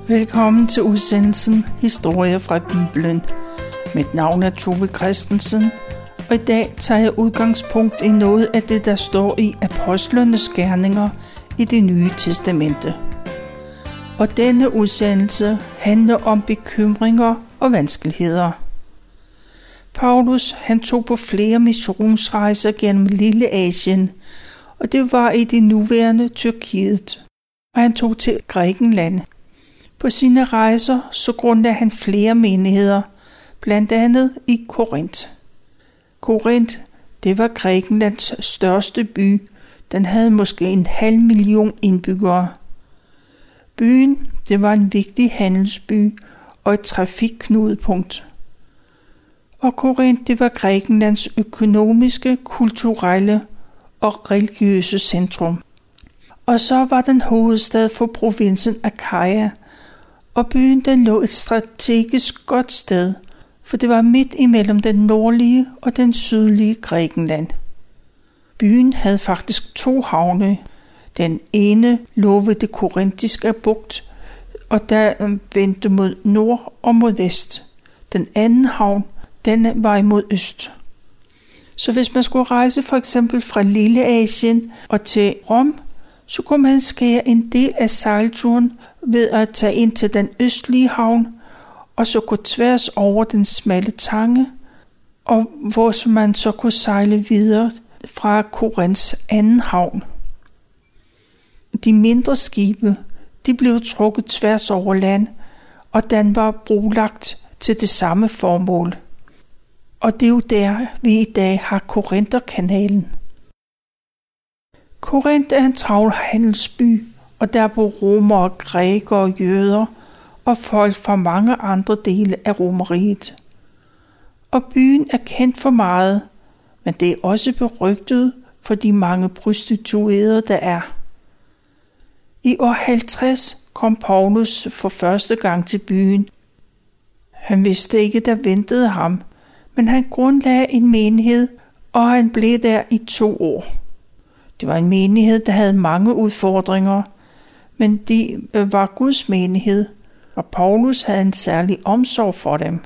Velkommen til udsendelsen Historier fra Bibelen. Mit navn er Tove Christensen, og i dag tager jeg udgangspunkt i noget af det, der står i Apostlenes Gerninger i Det Nye Testamente. Og denne udsendelse handler om bekymringer og vanskeligheder. Paulus, han tog på flere missionsrejser gennem Lilleasien, og det var i det nuværende Tyrkiet, og han tog til Grækenland. På sine rejser så grundlagde han flere menigheder, blandt andet i Korinth. Korinth, det var Grækenlands største by. Den havde måske 500.000 indbyggere. Byen, det var en vigtig handelsby og et trafikknudepunkt. Og Korinth, det var Grækenlands økonomiske, kulturelle og religiøse centrum. Og så var den hovedstad for provinsen Achaia, og byen den lå et strategisk godt sted, for det var midt imellem den nordlige og den sydlige Grækenland. Byen havde faktisk 2 havne. Den ene lå ved det korintiske bugt, og der vendte mod nord og mod vest. Den anden havn, den var imod øst. Så hvis man skulle rejse for eksempel fra Lilleasien og til Rom, så kunne man skære en del af sejlturen ved at tage ind til den østlige havn, og så gå tværs over den smalle tange, og hvor man så kunne sejle videre fra Korinths anden havn. De mindre skibe, de blev trukket tværs over land, og den var brolagt til det samme formål. Og det er jo der, vi i dag har Korintherkanalen. Korinth er en travl handelsby, og der bor romere, grækere, jøder og folk fra mange andre dele af Romerriget. Og byen er kendt for meget, men det er også berygtet for de mange prostituerede, der er. I år 50 kom Paulus for første gang til byen. Han vidste ikke, der ventede ham, men han grundlagde en menighed, og han blev der i 2 år. Det var en menighed, der havde mange udfordringer, men de var Guds menighed, og Paulus havde en særlig omsorg for dem.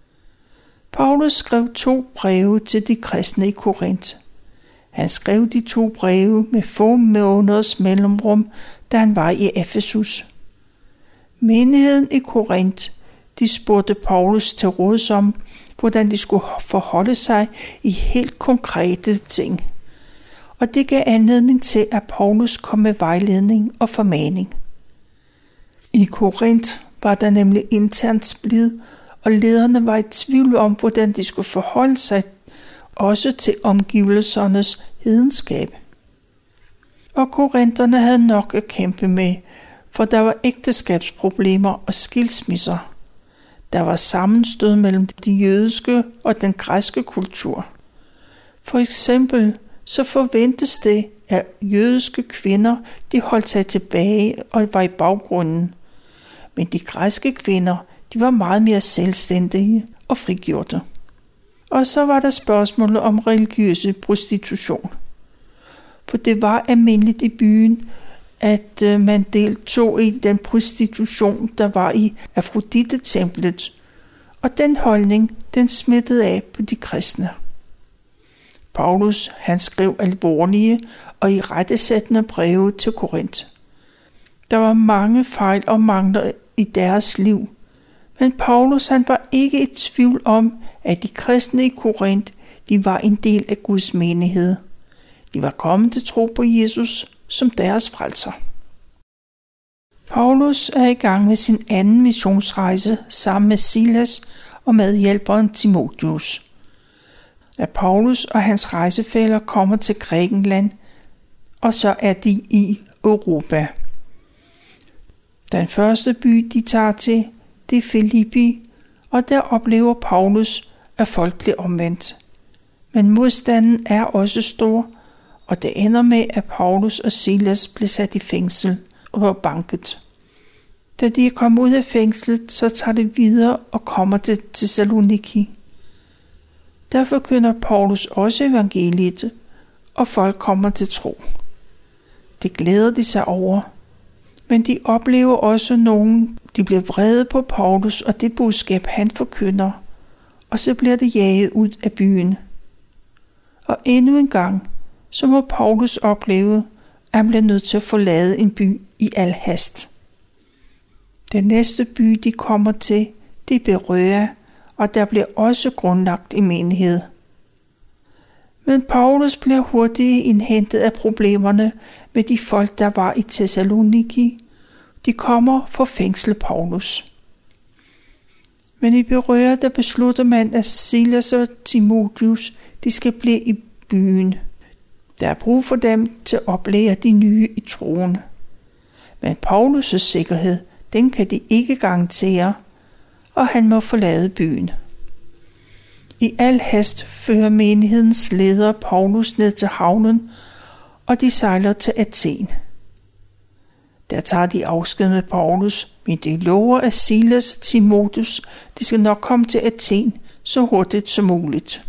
Paulus skrev 2 breve til de kristne i Korinth. Han skrev de 2 breve med få måneders mellemrum, da han var i Efesus. Menigheden i Korinth, de spurgte Paulus til råds om, hvordan de skulle forholde sig i helt konkrete ting. Og det gav anledning til, at Paulus kom med vejledning og formaning. I Korinth var der nemlig internt splid, og lederne var i tvivl om, hvordan de skulle forholde sig også til omgivelsernes hedenskab. Og korinterne havde nok at kæmpe med, for der var ægteskabsproblemer og skilsmisser. Der var sammenstød mellem de jødiske og den græske kultur. For eksempel så forventes det, at jødiske kvinder de holdt sig tilbage og var i baggrunden. Men de græske kvinder de var meget mere selvstændige og frigjorte. Og så var der spørgsmålet om religiøse prostitution. For det var almindeligt i byen, at man deltog i den prostitution, der var i Afrodite-templet. Og den holdning, den smittede af på de kristne. Paulus, han skrev alvorlige og irettesættende breve til Korinth. Der var mange fejl og mangler i deres liv, men Paulus, han var ikke i tvivl om, at de kristne i Korinth, de var en del af Guds menighed. De var kommet til tro på Jesus som deres frelser. Paulus er i gang med sin anden missionsrejse sammen med Silas og medhjælperen Timotheus. At Paulus og hans rejsefæller kommer til Grækenland, og så er de i Europa. Den første by, de tager til, det er Filippi, og der oplever Paulus, at folk bliver omvendt. Men modstanden er også stor, og det ender med, at Paulus og Silas bliver sat i fængsel og var banket. Da de er kommet ud af fængslet, så tager de videre og kommer til Thessaloniki. Der forkynder Paulus også evangeliet, og folk kommer til tro. Det glæder de sig over. Men de oplever også nogen, de bliver vrede på Paulus og det budskab, han forkynder, og så bliver det jaget ud af byen. Og endnu en gang, så må Paulus opleve, at han bliver nødt til at forlade en by i al hast. Den næste by, de kommer til, det er Berøa, og der bliver også grundlagt en menighed. Men Paulus bliver hurtigt indhentet af problemerne med de folk, der var i Thessaloniki. De kommer for at fængsle Paulus. Men i Berøa, der beslutter man, at Silas og Timotheus, de skal blive i byen. Der er brug for dem til at oplære de nye i troen. Men Paulus' sikkerhed, den kan de ikke garantere, og han må forlade byen. I al hast fører menighedens leder Paulus ned til havnen, og de sejler til Athen. Der tager de afsked med Paulus, men de lover at Silas og Timotheus, de skal nok komme til Athen så hurtigt som muligt.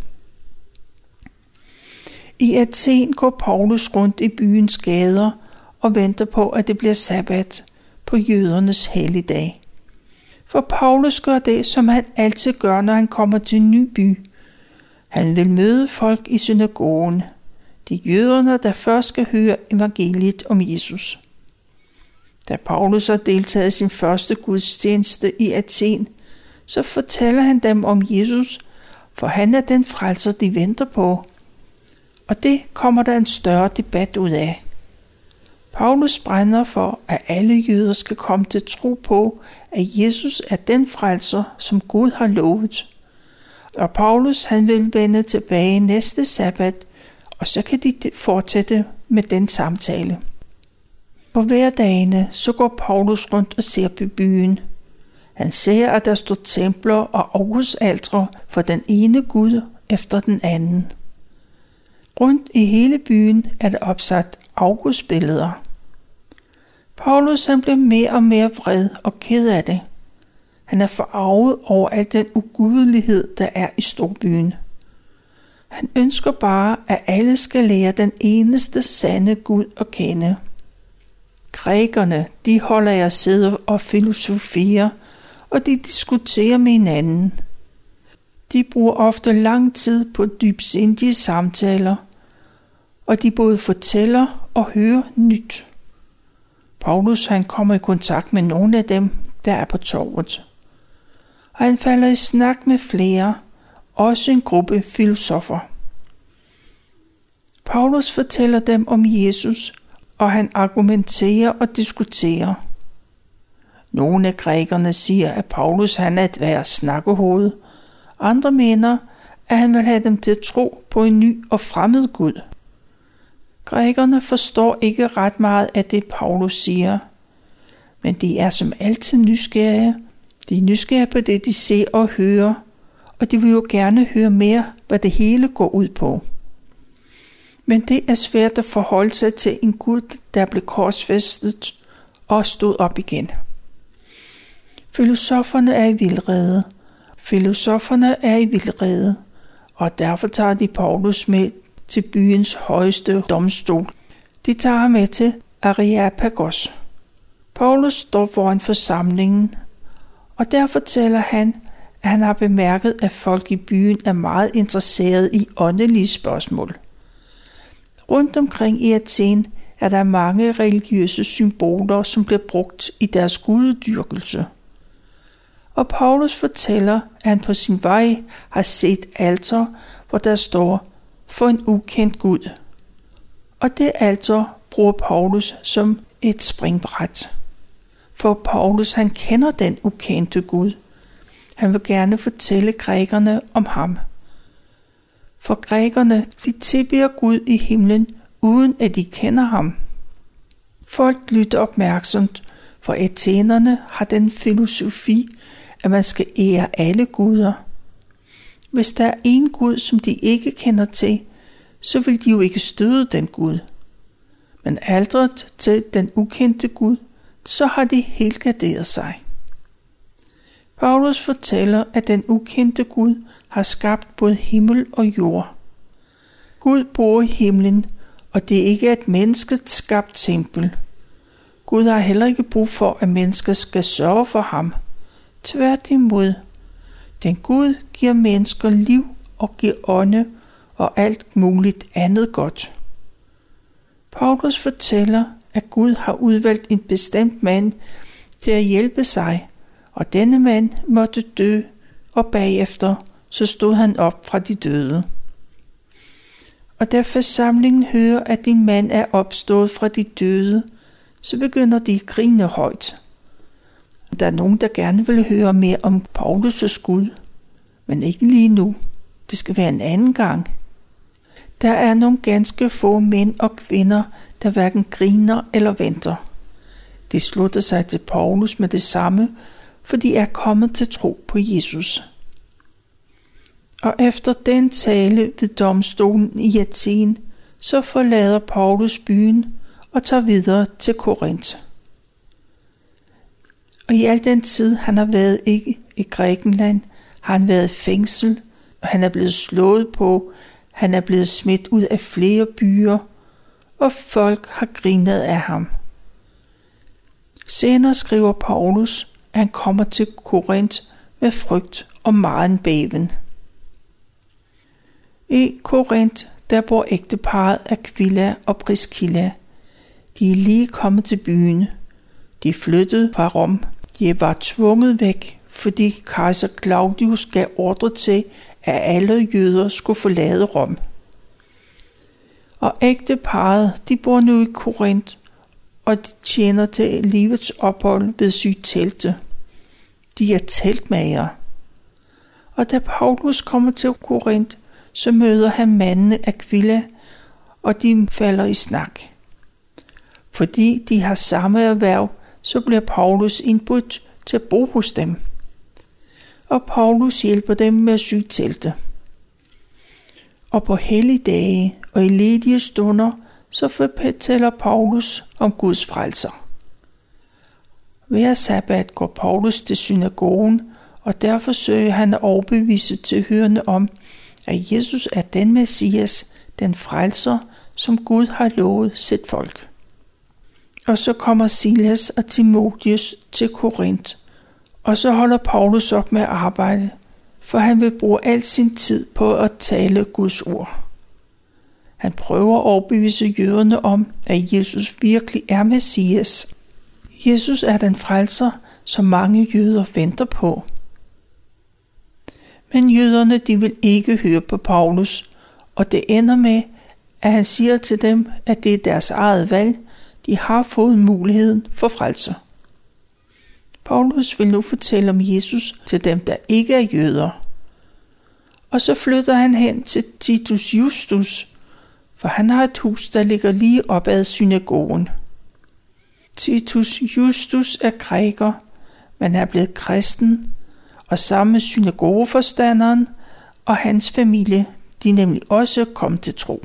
I Athen går Paulus rundt i byens gader og venter på, at det bliver sabbat på jødernes helligdag. For Paulus gør det, som han altid gør, når han kommer til en ny by. Han vil møde folk i synagogen, de jøderne, der først skal høre evangeliet om Jesus. Da Paulus har deltaget i sin første gudstjeneste i Athen, så fortæller han dem om Jesus, for han er den frelser, de venter på. Og det kommer der en større debat ud af. Paulus brænder for, at alle jøder skal komme til tro på, at Jesus er den frelser, som Gud har lovet. Og Paulus, han vil vende tilbage næste sabbat, og så kan de fortsætte med den samtale. På hverdagene så går Paulus rundt og ser på byen. Han ser, at der står templer og augustaltre for den ene gud efter den anden. Rundt i hele byen er der opsat augustbilleder. Paulus han bliver mere og mere vred og ked af det. Han er forarget over al den ugudelighed, der er i storbyen. Han ønsker bare, at alle skal lære den eneste sande Gud at kende. Grækerne, de holder af at sidde og filosofere, og de diskuterer med hinanden. De bruger ofte lang tid på dybsindige samtaler, og de både fortæller og hører nyt. Paulus han kommer i kontakt med nogle af dem, der er på torvet. Og han falder i snak med flere, også en gruppe filosofer. Paulus fortæller dem om Jesus, og han argumenterer og diskuterer. Nogle af grækerne siger, at Paulus han er et værre snakkehoved. Andre mener, at han vil have dem til at tro på en ny og fremmed Gud. Grækerne forstår ikke ret meget af det, Paulus siger. Men de er som altid nysgerrige. De er nysgerrige på det, de ser og hører, og de vil jo gerne høre mere, hvad det hele går ud på. Men det er svært at forholde sig til en Gud, der blev korsfæstet og stod op igen. Filosoferne er i vildrede, og derfor tager de Paulus med til byens højeste domstol. De tager ham med til Areopagos. Paulus står foran forsamlingen, og der fortæller han, at han har bemærket, at folk i byen er meget interesserede i åndelige spørgsmål. Rundt omkring i Athen er der mange religiøse symboler, som bliver brugt i deres gudedyrkelse. Og Paulus fortæller, at han på sin vej har set alter, hvor der står for en ukendt Gud. Og det alter bruger Paulus som et springbræt. For Paulus han kender den ukendte Gud. Han vil gerne fortælle grækerne om ham. For grækerne, de tilbeder Gud i himlen, uden at de kender ham. Folk lytter opmærksomt, for athenerne har den filosofi, at man skal ære alle guder. Hvis der er en Gud, som de ikke kender til, så vil de jo ikke støde den Gud. Men alteret til den ukendte Gud, så har de helt garderet sig. Paulus fortæller, at den ukendte Gud har skabt både himmel og jord. Gud bor i himlen, og det er ikke et mennesket skabt tempel. Gud har heller ikke brug for, at mennesker skal sørge for ham. Tværtimod. Den Gud giver mennesker liv og giver ånde og alt muligt andet godt. Paulus fortæller, at Gud har udvalgt en bestemt mand til at hjælpe sig, og denne mand måtte dø, og bagefter så stod han op fra de døde. Og da forsamlingen hører, at din mand er opstået fra de døde, så begynder de at grine højt. Der er nogen, der gerne vil høre mere om Paulus' Gud, men ikke lige nu. Det skal være en anden gang. Der er nogle ganske få mænd og kvinder, der hverken griner eller venter. De slutter sig til Paulus med det samme, for de er kommet til tro på Jesus. Og efter den tale ved domstolen i Athen, så forlader Paulus byen og tager videre til Korinth. Og i al den tid, han har været i Grækenland, har han været i fængsel, og han er blevet slået på, han er blevet smidt ud af flere byer, og folk har grinet af ham. Senere skriver Paulus, at han kommer til Korinth med frygt og megen bæven. I Korinth, der bor ægteparret Aquila og Priscilla. De er lige kommet til byen. De flyttede fra Rom. De var tvunget væk, fordi kejser Claudius gav ordre til, at alle jøder skulle forlade Rom. Og ægteparret, de bor nu i Korinth, og de tjener til livets ophold ved syge telte. De er teltmager. Og da Paulus kommer til Korinth, så møder han mandene Aquila, og de falder i snak. Fordi de har samme erhverv, så bliver Paulus indbudt til at bo hos dem. Og Paulus hjælper dem med at sy telte. Og på helligdage og i ledige stunder, så fortæller Paulus om Guds frelser. Hver sabbat går Paulus til synagogen, og der forsøger han at overbevise tilhørende om, at Jesus er den Messias, den frelser, som Gud har lovet sit folk. Og så kommer Silas og Timotheus til Korinth, og så holder Paulus op med at arbejde, for han vil bruge al sin tid på at tale Guds ord. Han prøver at overbevise jøderne om, at Jesus virkelig er Messias. Jesus er den frelser, som mange jøder venter på. Men jøderne, de vil ikke høre på Paulus, og det ender med, at han siger til dem, at det er deres eget valg. De har fået muligheden for frelser. Paulus vil nu fortælle om Jesus til dem, der ikke er jøder. Og så flytter han hen til Titus Justus, for han har et hus, der ligger lige op ad synagogen. Titus Justus er græker, men er blevet kristen, og sammen med synagogeforstanderen og hans familie, de er nemlig også kommet til tro.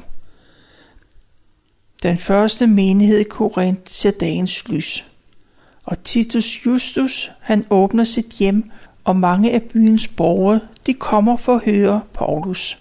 Den første menighed i Korinth ser dagens lys. Og Titus Justus, han åbner sit hjem, og mange af byens borgere, de kommer for at høre Paulus.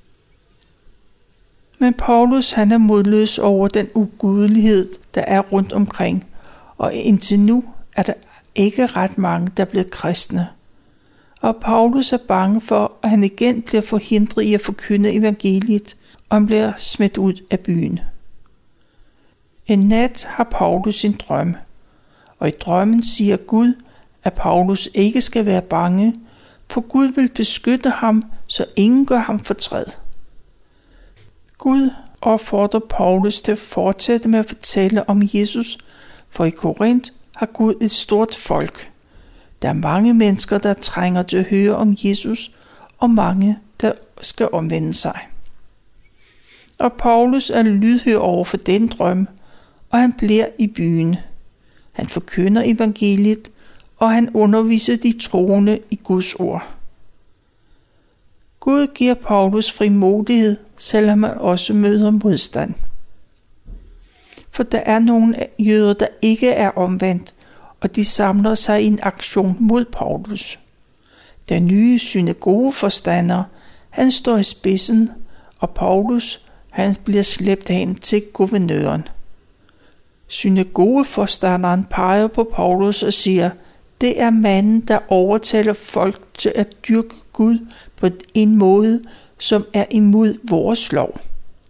Men Paulus, han er modløs over den ugudelighed, der er rundt omkring, og indtil nu er der ikke ret mange, der er blevet kristne. Og Paulus er bange for, at han igen bliver forhindret i at forkynde evangeliet, og han bliver smidt ud af byen. En nat har Paulus en drøm, og i drømmen siger Gud, at Paulus ikke skal være bange, for Gud vil beskytte ham, så ingen gør ham fortræd. Gud opfordrer Paulus til at fortsætte med at fortælle om Jesus, for i Korinth har Gud et stort folk. Der er mange mennesker, der trænger til at høre om Jesus, og mange, der skal omvende sig. Og Paulus er lydhør over for den drøm, og han bliver i byen. Han forkynder evangeliet, og han underviser de troende i Guds ord. Gud giver Paulus frimodighed, selvom han også møder modstand. For der er nogle jøder, der ikke er omvendt, og de samler sig i en aktion mod Paulus. Den nye synagogeforstander, han står i spidsen, og Paulus, han bliver slæbt hen til guvernøren. Synagogeforstanderen peger på Paulus og siger, det er manden, der overtaler folk til at dyrke Gud på en måde, som er imod vores lov.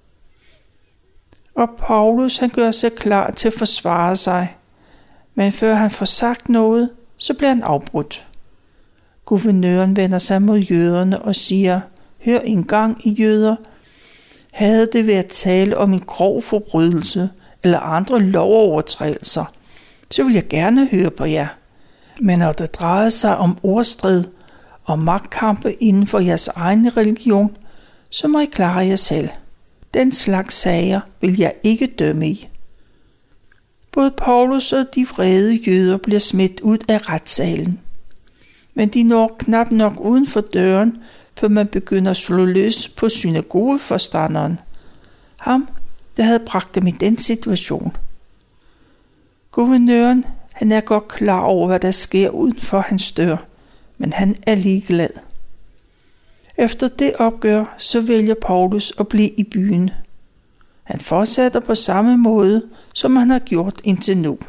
Og Paulus han gør sig klar til at forsvare sig, men før han får sagt noget, så bliver han afbrudt. Guvernøren vender sig mod jøderne og siger, hør engang, I jøder, havde det været tale om en grov forbrydelse eller andre lovovertrædelser, så vil jeg gerne høre på jer. Men når det drejer sig om ordstrid og magtkampe inden for jeres egen religion, så må I klare jer selv. Den slags sager vil jeg ikke dømme i. Både Paulus og de vrede jøder bliver smidt ud af retssalen. Men de når knap nok uden for døren, før man begynder at slå løs på synagogeforstanderen. Ham, der havde bragt dem i den situation. Guvernøren, han er godt klar over, hvad der sker uden for hans dør, men han er ligeglad. Efter det opgør, så vælger Paulus at blive i byen. Han fortsætter på samme måde, som han har gjort indtil nu.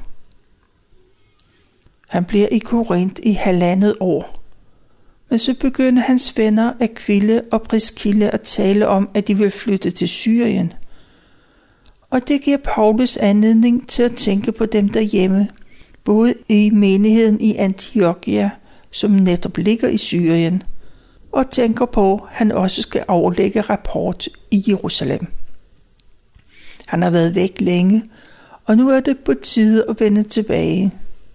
Han bliver i Korint i 1,5 år. Men så begynder hans venner Aquila og Priscilla at tale om, at de vil flytte til Syrien. Og det giver Paulus anledning til at tænke på dem derhjemme, både i menigheden i Antiochia, som netop ligger i Syrien, og tænker på, at han også skal aflægge rapport i Jerusalem. Han har været væk længe, og nu er det på tide at vende tilbage.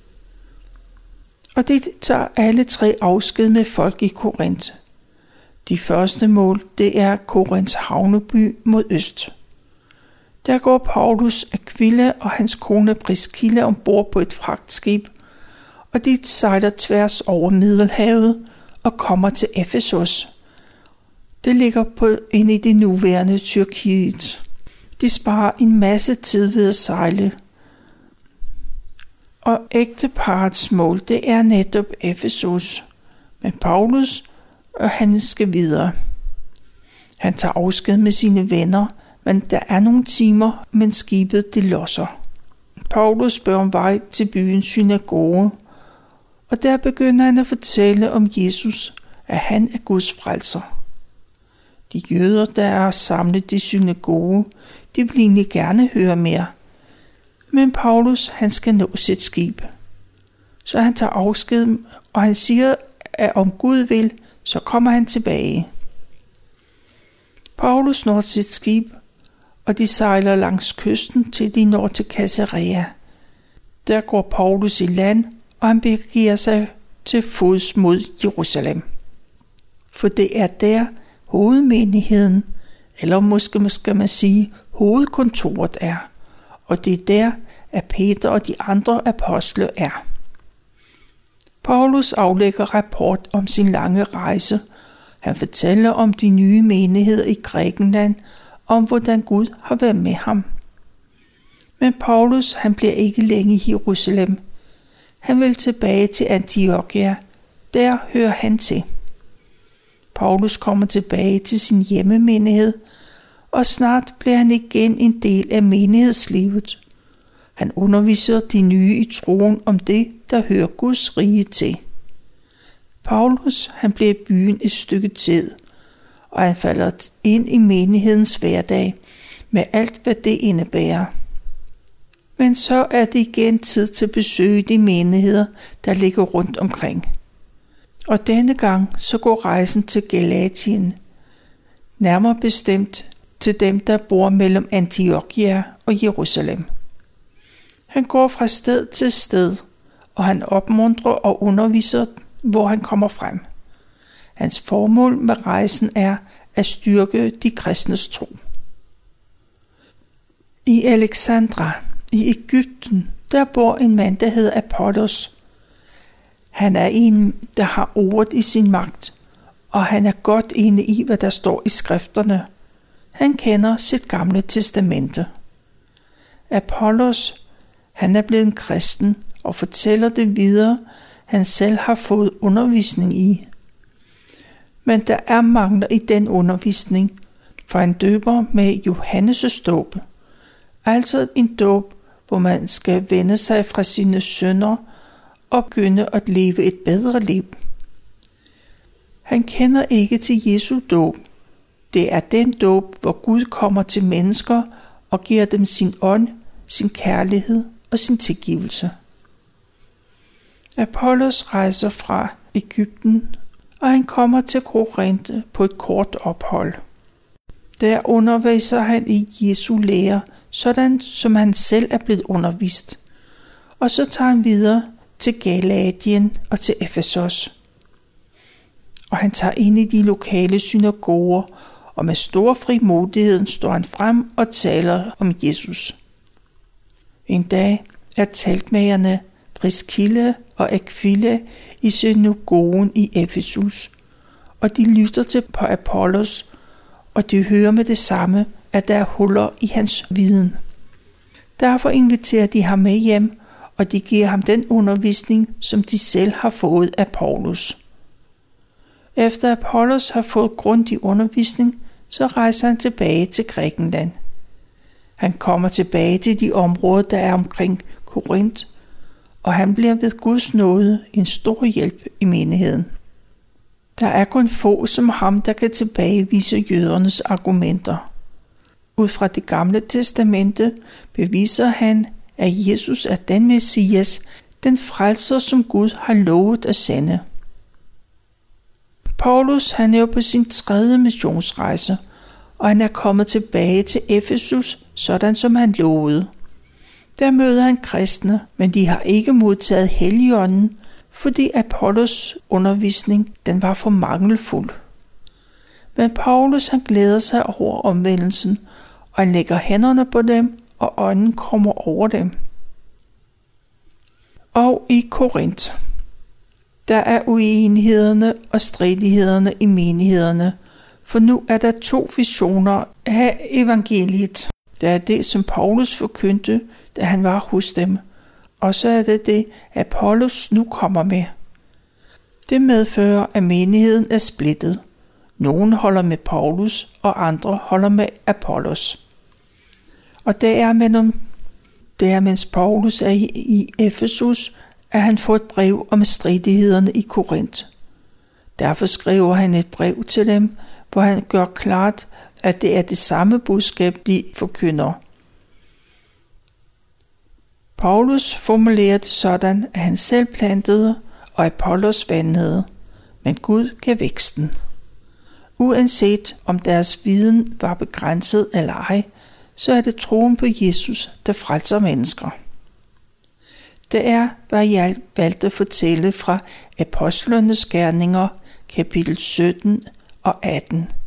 Og det tager alle 3 afsked med folk i Korint. De første mål, det er Korinths havneby mod øst. Der går Paulus, Aquila og hans kone Priscilla ombord på et fragtskib, og de sejler tværs over Middelhavet og kommer til Efesos. Det ligger inde i det nuværende Tyrkiet. De sparer en masse tid ved at sejle. Og ægteparets mål, det er netop Efesos. Men Paulus, han skal videre. Han tager afsked med sine venner, men der er nogle timer, men skibet det losser. Paulus spørger om vej til byens synagoge, og der begynder han at fortælle om Jesus, at han er Guds frelser. De jøder, der er samlet i synagoge, de vil egentlig gerne høre mere. Men Paulus, han skal nå sit skib. Så han tager afsked, og han siger, at om Gud vil, så kommer han tilbage. Paulus når sit skib, og de sejler langs kysten til de når til Caesarea. Der går Paulus i land, og han begiver sig til fods mod Jerusalem. For det er der hovedmenigheden, eller måske skal man sige hovedkontoret er, og det er der, at Peter og de andre apostle er. Paulus aflægger rapport om sin lange rejse. Han fortæller om de nye menigheder i Grækenland, om hvordan Gud har været med ham. Men Paulus, han bliver ikke længe i Jerusalem. Han vil tilbage til Antiochia. Der hører han til. Paulus kommer tilbage til sin hjemmemenighed, og snart bliver han igen en del af menighedslivet. Han underviser de nye i troen om det, der hører Guds rige til. Paulus, han bliver i byen et stykke tid, og han falder ind i menighedens hverdag med alt, hvad det indebærer. Men så er det igen tid til at besøge de menigheder, der ligger rundt omkring. Og denne gang så går rejsen til Galatien, nærmere bestemt til dem, der bor mellem Antiochia og Jerusalem. Han går fra sted til sted, og han opmuntrer og underviser, hvor han kommer frem. Hans formål med rejsen er at styrke de kristnes tro. I Alexandra, i Egypten, der bor en mand, der hedder Apollos. Han er en, der har ordet i sin magt, og han er godt inde i, hvad der står i skrifterne. Han kender sit gamle testamente. Apollos, han er blevet en kristen og fortæller det videre, han selv har fået undervisning i. Men der er mangler i den undervisning, for han døber med Johannes' dåb, altså en dåb, hvor man skal vende sig fra sine synder og begynde at leve et bedre liv. Han kender ikke til Jesu dåb. Det er den dåb, hvor Gud kommer til mennesker og giver dem sin ånd, sin kærlighed og sin tilgivelse. Apollos rejser fra Egypten, og han kommer til Korinthe på et kort ophold. Der underviser han i Jesu lære, sådan som han selv er blevet undervist. Og så tager han videre til Galatien og til Efesos. Og han tager ind i de lokale synagoger, og med stor frimodighed står han frem og taler om Jesus. En dag er teltmagerne Priscilla og Aquila i synagogen i Efesus, og de lytter til på Apollos, og de hører med det samme, at der er huller i hans viden. Derfor inviterer de ham med hjem, og de giver ham den undervisning, som de selv har fået af Paulus. Efter Apollos har fået grundig undervisning, så rejser han tilbage til Grækenland. Han kommer tilbage til de områder, der er omkring Korinth, og han bliver ved Guds nåde en stor hjælp i menigheden. Der er kun få som ham, der kan tilbagevise jødernes argumenter. Ud fra det gamle testamente beviser han, at Jesus er den Messias, den frelser, som Gud har lovet at sende. Paulus han er jo på sin 3. missionsrejse, og han er kommet tilbage til Efesus, sådan som han lovede. Der møder han kristne, men de har ikke modtaget Helligånden, fordi Apollos undervisning den var for mangelfuld. Men Paulus han glæder sig over omvendelsen, og han lægger hænderne på dem, og ånden kommer over dem. Og i Korinth, der er uenighederne og stridighederne i menighederne, for nu er der 2 visioner af evangeliet. Der er det, som Paulus forkyndte, da han var hos dem, og så er det det, Apollos nu kommer med. Det medfører, at menigheden er splittet. Nogle holder med Paulus, og andre holder med Apollos. Og det er mens Paulus er i Efesus, at han får et brev om stridighederne i Korinth. Derfor skriver han et brev til dem, hvor han gør klart, at det er det samme budskab, de forkynder. Paulus formulerer det sådan, at han selv plantede, og Apollos vandede, men Gud gav væksten. Uanset om deres viden var begrænset eller ej, så er det troen på Jesus, der frelser mennesker. Det er, hvad jeg valgte at fortælle fra Apostlenes Gerninger, kapitel 17 og 18.